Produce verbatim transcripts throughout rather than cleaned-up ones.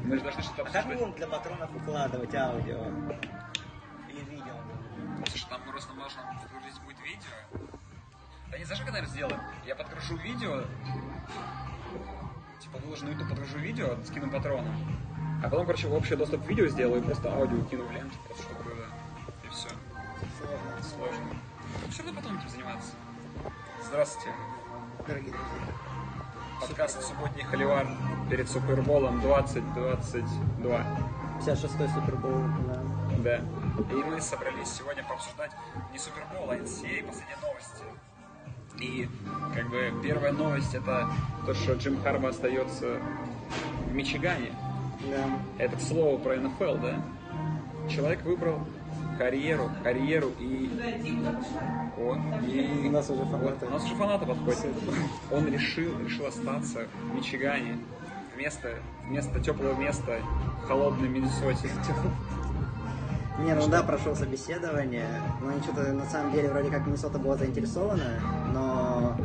Мы же должны что-то А как обсуждать. будем для патронов укладывать аудио? Или видео? Слушай, там просто можно загрузить будет видео. Да не, знаешь, как, наверное, сделаем? Я подгружу видео, типа выложу на YouTube, подгружу видео, скину патроны. А потом, короче, общий доступ к видео сделаю и просто аудио кину в ленту, просто чтобы было. И все. Сложно. Сложно. Ну, все равно потом этим заниматься. Здравствуйте. Дорогие друзья. Подкаст «Субботний холивар» перед Суперболом двадцать двадцать два. пятьдесят шестой Супербол, да. Да. И мы собрались сегодня пообсуждать не Супербол, а эн си эй эй последние новости. И как бы первая новость это то, что Джим Харбо остается в Мичигане. Да. Это, к слову, про эн эф эл, да? Человек выбрал карьеру, карьеру и... О, и... У нас уже фанаты. Вот, у нас уже фанаты подходят. Он решил, решил остаться в Мичигане вместо, вместо теплого места в холодной Миннесоте. Не, ну да, прошел собеседование, но что-то на самом деле вроде как Миннесота была заинтересована, но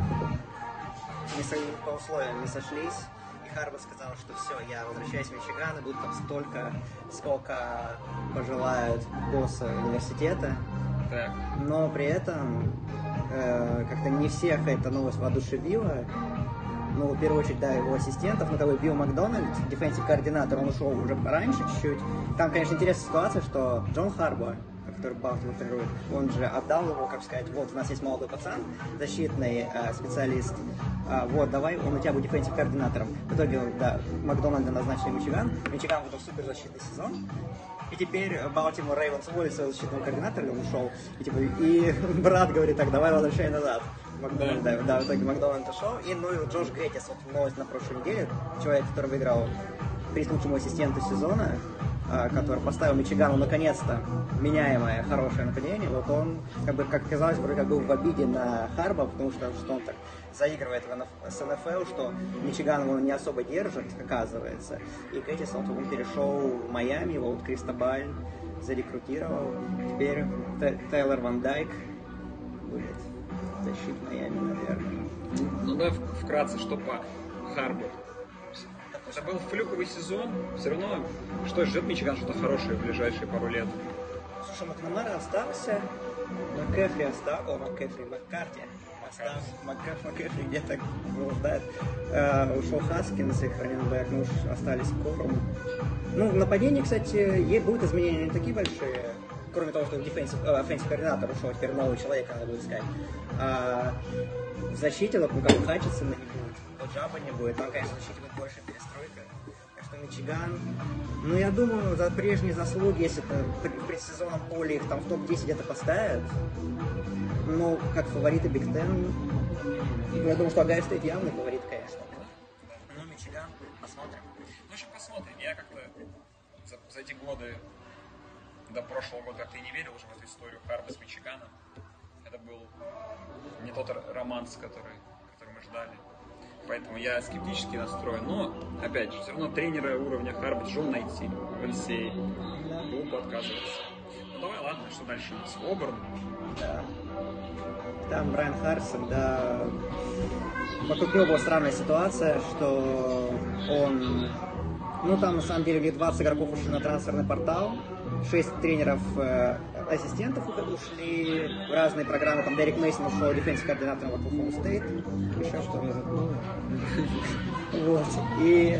не со... по условиям не сошлись. И Харбо сказал, что все, я возвращаюсь в Мичиган, и буду там столько, сколько пожелают боссы университета. Так. Но при этом э, как-то не всех эта новость воодушевила. Ну, в первую очередь, да, его ассистентов, ну, такой Билл Макдональд, дефенсив координатор, он ушел уже пораньше чуть-чуть. Там, конечно, интересная ситуация, что Джон Харбо, который Балтимор тренирует, он же отдал его, как сказать, вот, у нас есть молодой пацан, защитный э, специалист, э, вот, давай, он у тебя будет дефенсив координатором. В итоге, да, Макдональда назначили Мичиган, Мичиган выдал суперзащитный сезон. И теперь Балтимор Рейвенс уволил своего защитного координатора, он ушел. И, типа, и брат говорит, так, давай возвращай назад. Макдональд, да. Да, в итоге Макдональд ушел. И, ну, и Джош Геттис, вот новость на прошлой неделе, человек, который выиграл приз лучшему ассистенту сезона, который поставил Мичигану наконец-то меняемое, хорошее нападение, вот он, как бы, как оказалось, вроде как был в обиде на Харбо, потому что, что он так заигрывает с эн эф эл, что Мичиган его не особо держит, оказывается. И Геттис, он, он перешел в Майами, его вот Кристобаль зарекрутировал. Теперь Тейлор Ван Дайк будет защит Майами, наверное. Ну да, вкратце, что по Харбо. Это был флюковый сезон, все равно, что ждет Мичиган, что-то хорошее в ближайшие пару лет. Слушай, Макнамара остался, Маккефри остался, о, Маккефри, Маккарти, Маккефри, Маккефри где-то блуждает. Uh, ушел Хаскинс, их раненбэк, ну уж остались Корум. Ну, в нападении, кстати, ей будут изменения не такие большие, кроме того, что дефенсив, офенсив координатор ушел, теперь новый человек надо будет искать. Uh, в защите, вот, ну, как бы Хатчинсона не будет, Оджаба не будет, там, конечно, в защите будет больше перестройка. Так что Мичиган, ну, я думаю, за прежние заслуги, если в предсезонном поле их там в топ десять это поставят, ну, как фавориты Биг Тен, я думаю, что Огайо Стейт явный фаворит, конечно. Ну, Мичиган, посмотрим. Ну, еще посмотрим. Я как-то за, за эти годы, до прошлого года, как-то и не верил уже в эту историю Харбо с Мичиганом. Это был не тот романс, который, который мы ждали. Поэтому я скептически настроен. Но, опять же, все равно тренера уровня Харбо тяжело найти в эн си эй эй. Глупо отказываться. Ну, давай, ладно, что дальше у нас? Оберн. Да. Там Брайан Харсон, да, вокруг него была странная ситуация, что он, ну там на самом деле где двадцать игроков ушли на трансферный портал, шесть тренеров, э, ассистентов ушли в разные программы, там Дерек Мейсон ушел дефенсив координатором в Оклахома Стейт, еще что я забыл. Вот, и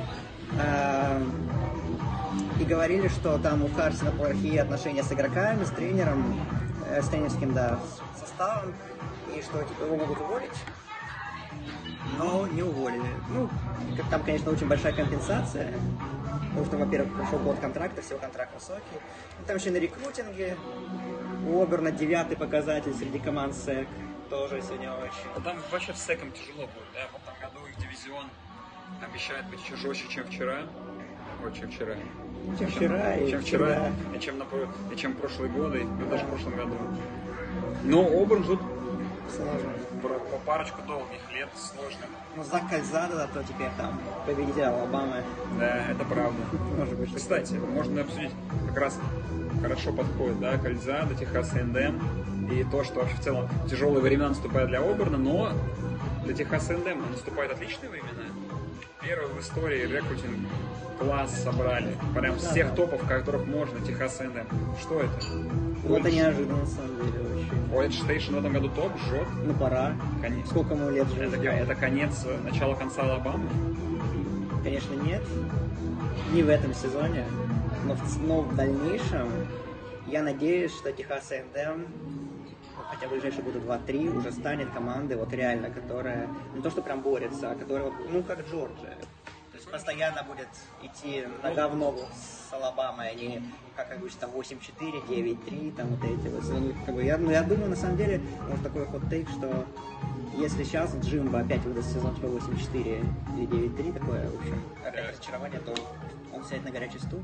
и говорили, что там у Харсона плохие отношения с игроками, с тренером, с тренерским, да, составом, и что типа, его могут уволить, но не уволили. Ну, там, конечно, очень большая компенсация, потому что, во-первых, прошел год контракта, всего контракт высокий. Ну, там еще на рекрутинге у Оберна девятый показатель среди команд СЭК, тоже сегодня очень. А там вообще с СЭКом тяжело будет, да? В этом году их дивизион обещает быть еще жестче, чем вчера. Ой, чем вчера. Чем вчера, чем, и чем вчера, вчера. И чем, на, и чем прошлые годы, и даже в прошлом году. Но Оберн тут сложно. По, по парочку долгих лет сложно. Ну, Зак Кальзадо, зато теперь там победитель Алабамы. Да, это правда. Может быть, кстати, можно обсудить, как раз хорошо подходит, да, Кальзадо, Техас эй энд эм, и то, что вообще в целом тяжелые времена наступают для Оберна, но для Техаса эй энд эм наступают отличные времена. Первый в истории рекрутинг класс собрали. Прям Да, всех да. топов, которых можно, Техас Энд Эм. Что это? Ну, это неожиданно, на самом деле, очень. Колледж Стейшн в этом году топ, жжет. Ну, пора. Конец. Сколько ему лет же Это, ждем? это конец, э, начало конца Алабамы. Конечно, нет. Не в этом сезоне. Но в, но в дальнейшем я надеюсь, что Техас Энд Эм, хотя в ближайшие года два-три, уже станет командой, вот реально, которая не то что прям борется, а которая, вот, ну, как Джорджия. То есть постоянно будет идти нога в ногу с Алабамой, они, как обычно, там восемь-четыре, девять-три, там вот эти вот. Ну, как бы, я, ну, я думаю, на самом деле, может такой хот-тейк, что если сейчас Джимбо опять выдаст сезон типа восемь-четыре или девять-три, такое, в общем, опять разочарование, то он сядет на горячий стул.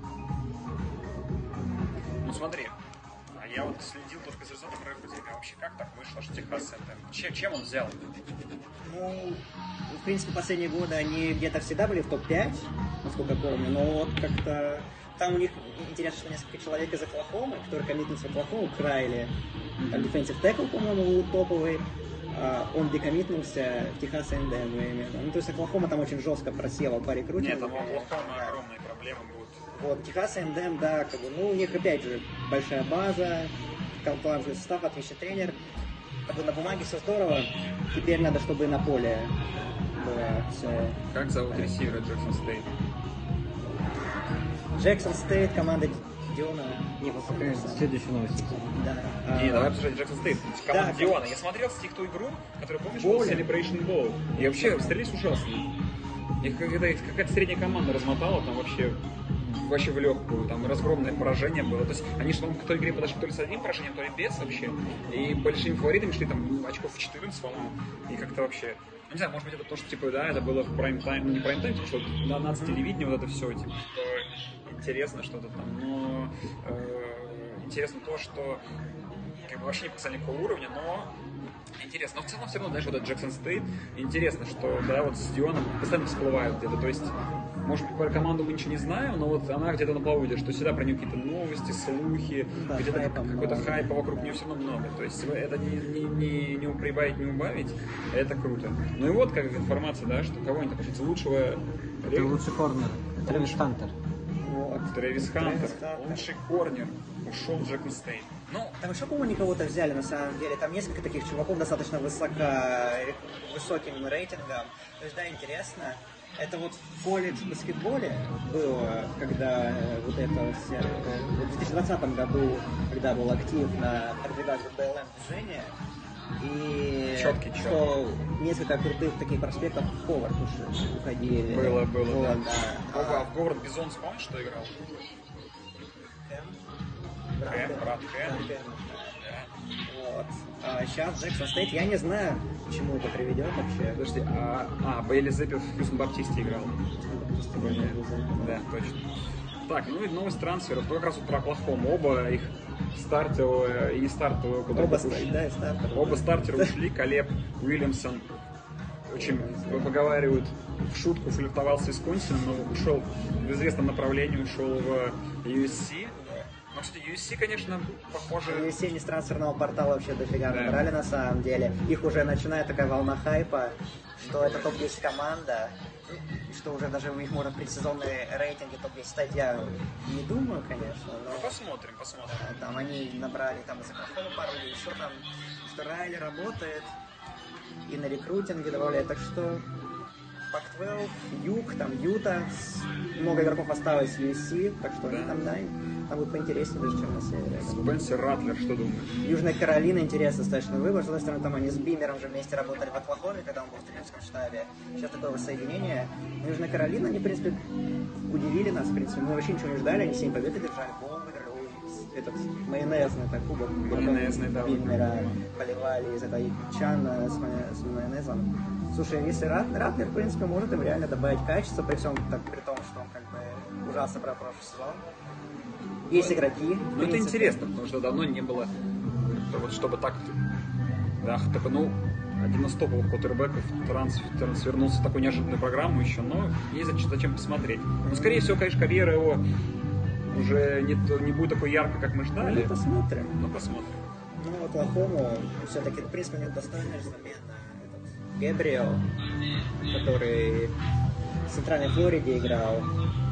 Ну смотри, а я вот следил только за результатом рекрутинга. Вообще как так вышло, что Техас Энд Эм? Чем, чем он взял? Ну, в принципе, последние годы они где-то всегда были в топ пять, насколько я помню, но вот как-то там у них интересно, что несколько человек из Оклахомы, которые коммитнулись в Оклахому, Крайли, там defensive tackle, по-моему, топовый, а он декоммитнулся в Техас Энд Эм именно. Ну, то есть Оклахома там очень жестко просела по рекрутингу. Нет, там у Оклахомы огромные проблемы будут. Вот, Техас Энд Эм, да, как бы, ну, у них опять же большая база, талантливый состав, отличный тренер. Как бы на бумаге все здорово, теперь надо, чтобы на поле было все. Как зовут ресивера Джексон Стейт? Джексон Стейт, команда Диона. Не Какая следующая новость? Да. Не, А, давай обсуждать Джексон Стейт. Команда Да, Диона. Я смотрел с них ту игру, которую, помнишь, был Боулинг. Celebration Bowl. И вообще, стрелялись ужасно. Их когда их какая-то средняя команда размотала, там вообще вообще в легкую, там разгромное поражение было. То есть они же, по-моему, к той игре подошли то ли с одним поражением, то ли без вообще. И большими фаворитами шли там очков в четырнадцать, по-моему. И как-то вообще... Ну, не знаю, может быть, это то, что, типа, да, это было в прайм-тайм, ну, не прайм-тайм, типа, что на нацтелевидении вот это все, типа, что интересно что-то там, но э, интересно то, что как бы вообще не показали никакого уровня, но интересно. Но в целом все равно, знаешь, вот этот Джексон Стейт, интересно, что, да, вот с Дионом постоянно всплывают где-то, то есть, может быть, про команду мы ничего не знаем, но вот она где-то на плаву идет, что всегда про нее какие-то новости, слухи, Да, где-то хайпа какой-то много. хайпа вокруг нее все равно много. То есть это не, не, не, не прибавить, не убавить, это круто. Ну и вот как информация, да, что кого-нибудь относится лучшего Это лучший корнер. Трэвис Хантер. вот. Трэвис Хантер, Трэвис Хантер. лучший корнер, ушел Джексон Стейт. Ну, Там еще, по-моему, никого-то взяли, на самом деле. Там несколько таких чуваков достаточно высоко, высоким рейтингом. То есть, да, интересно. Это вот в колледж баскетболе было, когда э, вот это вся, э, вот в две тысячи двадцатом году, когда был актив на продвигателе бэ эл эм движения, и Чёткий, чёткий. что несколько крутых таких проспектов в Ховард уже уходили. было, было, Вот, да. да. А в Говард Бизон, помнишь, что играл? Хэм? Хэм, брат Хэм. Хэм. Да. Вот. А сейчас Джексон Стейт, я не знаю, к чему это приведет вообще. Подожди, а, а Бейли Зеппи в Хьюстон Баптисте играл. Да, точно. Так, ну и новость трансферов. Как раз вот про Оклахому. Оба их стартовые и не стартовые. куда Оба ушли. стоят, да, и стартер. Оба стартера ушли. Колеб Уильямсон очень поговаривают в шутку, флиртовал с Висконсином, но ушел в известном направлении, ушел в ю эс си. Ну, кстати, ю эс си, конечно, похоже... ю эс си не с трансферного портала вообще дофига Да. набрали на самом деле. Их уже начинает такая волна хайпа, что это топ десять команда, и что уже даже у них может предсезонные рейтинги топ десять стать. Я не думаю, конечно, Ну, но посмотрим, посмотрим. э, там они набрали там из Оклахомы пару людей, еще там, что Райли работает и на рекрутинге добавляет, так что пак двенадцать, Юг, там Юта, с- много игроков осталось в ю эс си, так что они Да. там, да, там будет поинтереснее даже, чем на севере. я думаю. Спенсер Ратлер, что думаешь? Южная Каролина, интересный достаточно выбор. С одной стороны, там они с Бимером же вместе работали в Оклахоме, когда он был в тренерском штабе. Сейчас такое воссоединение. Но Южная Каролина, они, в принципе, удивили нас, в принципе. Мы вообще ничего не ждали, они семь побед одержали. Гол выиграли. Ой, этот майонезный, так, кубок. Майонезный, да. Бимера поливали из этой чана с, майо- с майонезом. Слушай, если Рат, Ратлер, в принципе, может им реально добавить качество, при всем, так, при том, что он как бы ужасно про прошлый сезон. Есть игроки. в Ну, это принципе. интересно, потому что давно не было, вот чтобы так, да, такой, ну, один из топовых квотербеков транс, трансфернулся в такую неожиданную программу еще, но есть зачем, зачем посмотреть. Ну, скорее всего, конечно, карьера его уже не, то- не будет такой яркой, как мы ждали, Ну, посмотрим. но посмотрим. Ну, Оклахому все-таки, в принципе, у него достойная замена. Этот Гэбриэл, который в Центральной Флориде играл.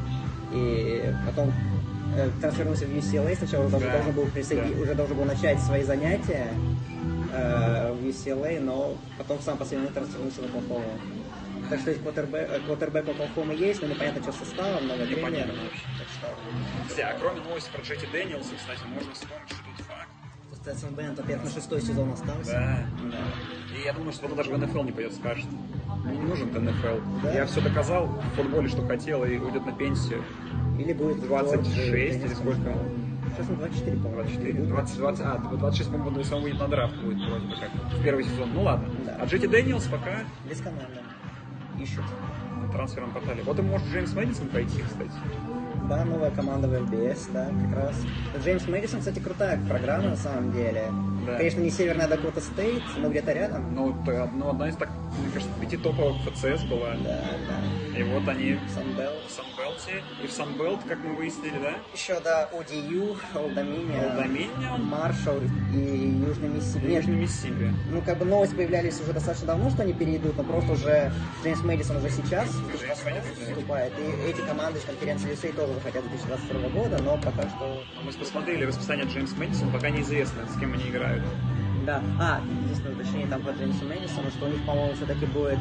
И потом э, трансфернулся в ю си эл эй. Сначала уже Да. должен был присоедин... Да. уже должен был начать свои занятия э, в ю си эл эй, но потом в самый последний момент трансфернулся в Оклахому. Так что есть квотербэк, квотербэк Оклахомы есть, но непонятно, что с составом, новый тренер. Непонятно вообще. Так что... Кстати, а кроме новости про Джети Дэниелса, кстати, можно вспомнить, что тут факт. Стэтсон Беннет, во-первых, на шестой сезон остался. Да. Да. И я думаю, что он даже в эн эф эл не пойдет, скажет. Мне не нужен эн эф эл. Да? Я все доказал в футболе, что хотел, и уйдет на пенсию. Или будет двадцать Джордж, шесть или Деннисон. сколько? Сейчас на двадцать четыре, по-моему. двадцать четыре, двадцать, двадцать, а, двадцать шесть, по-моему, если он выйдет на драфт, будет вроде бы как в первый сезон. Ну ладно. Да. А Джети Дэниелс пока Без команды. Ищут. на трансферном портале. Вот и может Джеймс Мэдисон пойти, кстати. Да, новая команда в эл би эс, да, как раз. Джеймс Мэдисон, кстати, крутая программа на самом деле. Да. Конечно, не Северная Дакота Стейт, но где-то рядом. Ну, это, ну, одна из, так, мне кажется, пяти топовых эф си эс была. Да, да. И вот они Санбелл. в Санбелте. И в Санбелт, как мы выяснили, да? Еще, да, о ди ю, Олд Доминион, Олд Доминион. Маршалл и Южный Миссисипи. Нет, Южный Миссисипи. ну, как бы новости появлялись уже достаточно давно, что они перейдут, но просто уже Джеймс Мэдисон уже сейчас Джеймс Мэдисон, да. выступает. И эти команды из конференции ю эс эй тоже захотят две тысячи двадцать второго года, но пока что... Мы посмотрели расписание Джеймса Мэдисона, пока неизвестно, с кем они играют. Да. А, единственное уточнение там по Джеймсу Мэдисону, что у них, по-моему, все-таки будет...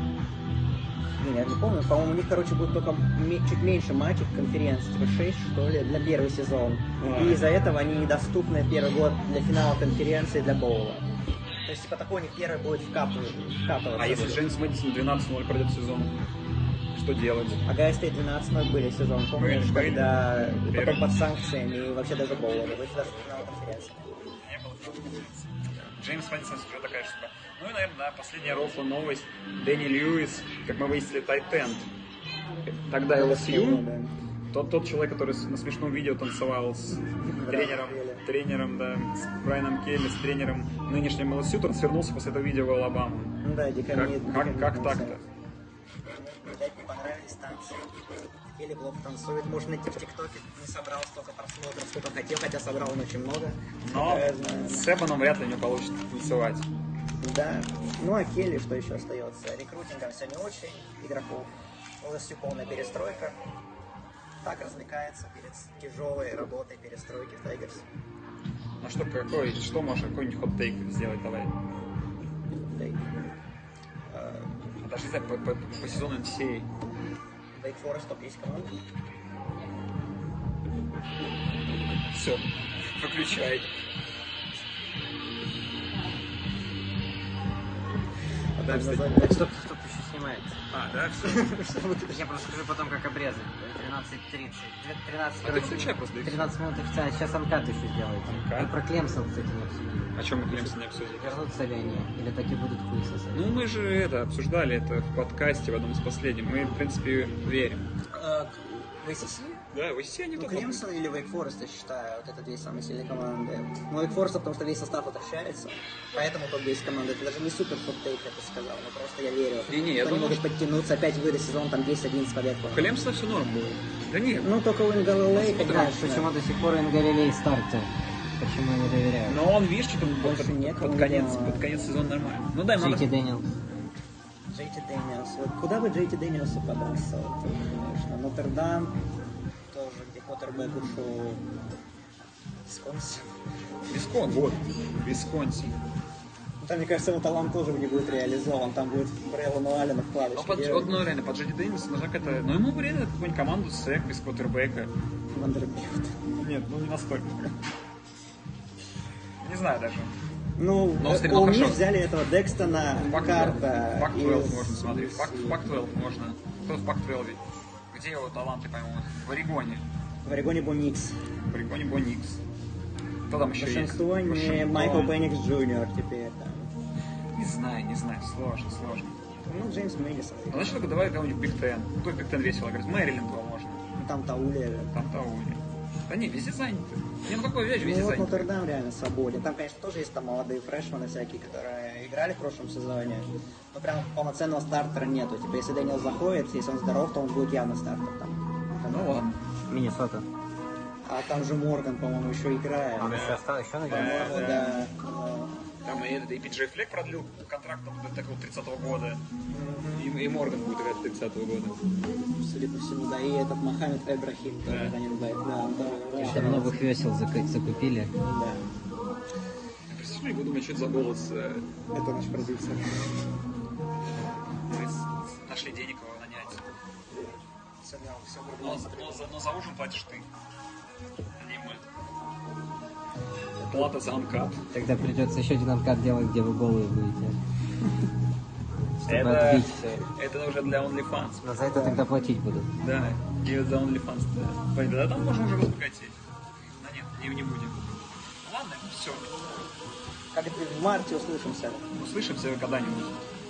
Не, я не помню, по-моему, у них, короче, будет только ме- чуть меньше матчей в конференции, типа шесть, что ли, для первый сезон. А. И из-за этого они недоступны первый год для финала конференции для боула. То есть, типа, такой у них первый будет вкапываться. А если Джеймс Мэдисон двенадцать ноль пройдет сезон, что делать? А Гайя Стейт двенадцать ноль были сезон, помнишь, Были, были. когда Первый. потом под санкциями и вообще даже боула, выйти даже в финал конференции. Не было. Джеймс Мэдисон уже такая штука. Ну и, наверное, да, последняя рофла новость. Дэнни Льюис, как мы выяснили, тайтенд. Тогда эл эс ю, Да. тот, тот человек, который с- на смешном видео танцевал с тренером, Келли. тренером, да, с Брайаном Келли, с тренером нынешнем эл эс ю, трансфернулся после этого видео в Алабаму. Ну да, Как, дикомит. как, как так-то? Опять не понравились танцы. Или плохо танцует. Может, найти в ТикТоке не собрал столько просмотров, сколько хотел, хотя собрал он очень много. Но Я знаю. с Эбоном вряд ли у него получится танцевать. Да. Ну а Келли, что еще остается? Рекрутингом все не очень. Игроков. эл эс ю полная перестройка. Так развлекается перед тяжелой работой перестройки в Тайгерс. А что, какой, что можешь, какой-нибудь хот-тейк сделать, давай? А, Даже, не знаю, по, по, по сезону эн си эй эй. Вейк Форест топ-десять команд. Все, выключай. А Там дальше, на кстати, заднем- Стоп, стоп, еще снимается. А, да, все. Я просто скажу потом, как обрезать. тринадцать тридцать. тринадцать, А ты включай просто, и всё. тринадцать минут официально. Сейчас анкат еще сделают. Анкат? И про Клемсон, кстати, не обсудили. О чем мы Клемсон не обсудили? Вернутся ли они? Или так и будут хуй сосать? Ну, мы же это обсуждали это в подкасте в одном из последних. Мы, в принципе, верим. А, в эй си си? Да, вы все не Ну, только... Клемсон или Вейк Форест, я считаю, вот это две самые сильные команды. Ну, Вейк Форест, потому что весь состав возвращается, поэтому топ-десять команды. Это даже не супер топ-тейк, я бы сказал, но просто я верю. Не-не, я что они думаю, могут что- подтянуться, опять выйдет сезон, там десять-одиннадцать побед. У Клемсона все норм было. Да нет, Ну, только у Ингалилей, Знаешь, конечно. почему до сих пор Ингалилей стартер? Почему не доверяю? но он, видишь, что-то под, Больше под- некому, под конец, да. под конец сезона нормально. Ну да, Джейки надо... Дэниелс. Джей Ти Дэниелс. Вот куда бы Джей Ти Дэниелсу податься? Вот, конечно. Нотр-Дам, тоже, где Коттербэк ушел. Висконсин. Вискон, вот, Висконсин. Ну, там, мне кажется, его талант тоже не будет реализован. Там будет Брейлону Аллену Ну, вкладочки под, делать. вот, ну, реально, под Джеди Дэниелса нужна какая-то... Ну, ему время какую-нибудь команду сэк без квотербека. Вандербилт. Нет, ну не настолько. Не знаю даже. Ну, Но э, все равно у них хорошо. взяли этого Декстона, Карта. Пак двенадцать из- можно смотреть. из- Пак Пак двенадцать можно. Кто в Пак двенадцать? Где его таланты, по-моему? В Орегоне. В Орегоне был Никс. В Орегоне был Никс. Кто там еще есть? Вашингтоне Вашингтон. Майкл Пенникс Джуниор теперь там. Не знаю, не знаю. Сложно, сложно. Ну, Джеймс Мэдисон. Ну, значит, только давай кого-нибудь Биг Тен. Кто в Биг Тен весело говорит? Мэриленд его можно. Ну, там Таули. Там Таули. Да не, везде заняты. Не, ну какой вещь, Ну, везде вот заняты. Нотр-Дам реально свободен. Там, конечно, тоже есть там молодые фрешмены всякие, которые играли в прошлом сезоне. Но прям полноценного стартера нету. Типа, если Дэниел заходит, если он здоров, то он будет явно стартер там. Ну ладно. Миннесота. А там же Морган, по-моему, еще играет. Он еще остался, еще на По-моему, Да, да. да. Там и, этот, и Пи Джей Флек продлил контракт там, до такого тридцатого года. И, и Морган будет играть до тридцатого года. Судя по всему, да, и этот Мохаммед Эбрахим тоже Да. Раннинг бэк, да, он тоже Еще возвращается. новых весел заку- закупили. Да, Представляешь, буду думать, что это за голос. э, это наш продюсер. Мы с- нашли денег его нанять. Все, да, все Но, но за, но за ужин платишь ты. А не мы. Плата за анкат. Тогда придется еще один анкат делать, где вы голые будете. Чтобы Это, отбить все. это уже для OnlyFans. Но за это тогда платить будут. Да, и за OnlyFans, да. Пойди, да там можно уже разбогатеть. Да нет, не, не будем. Ну ладно, все. Как это в марте услышимся. Услышимся когда-нибудь.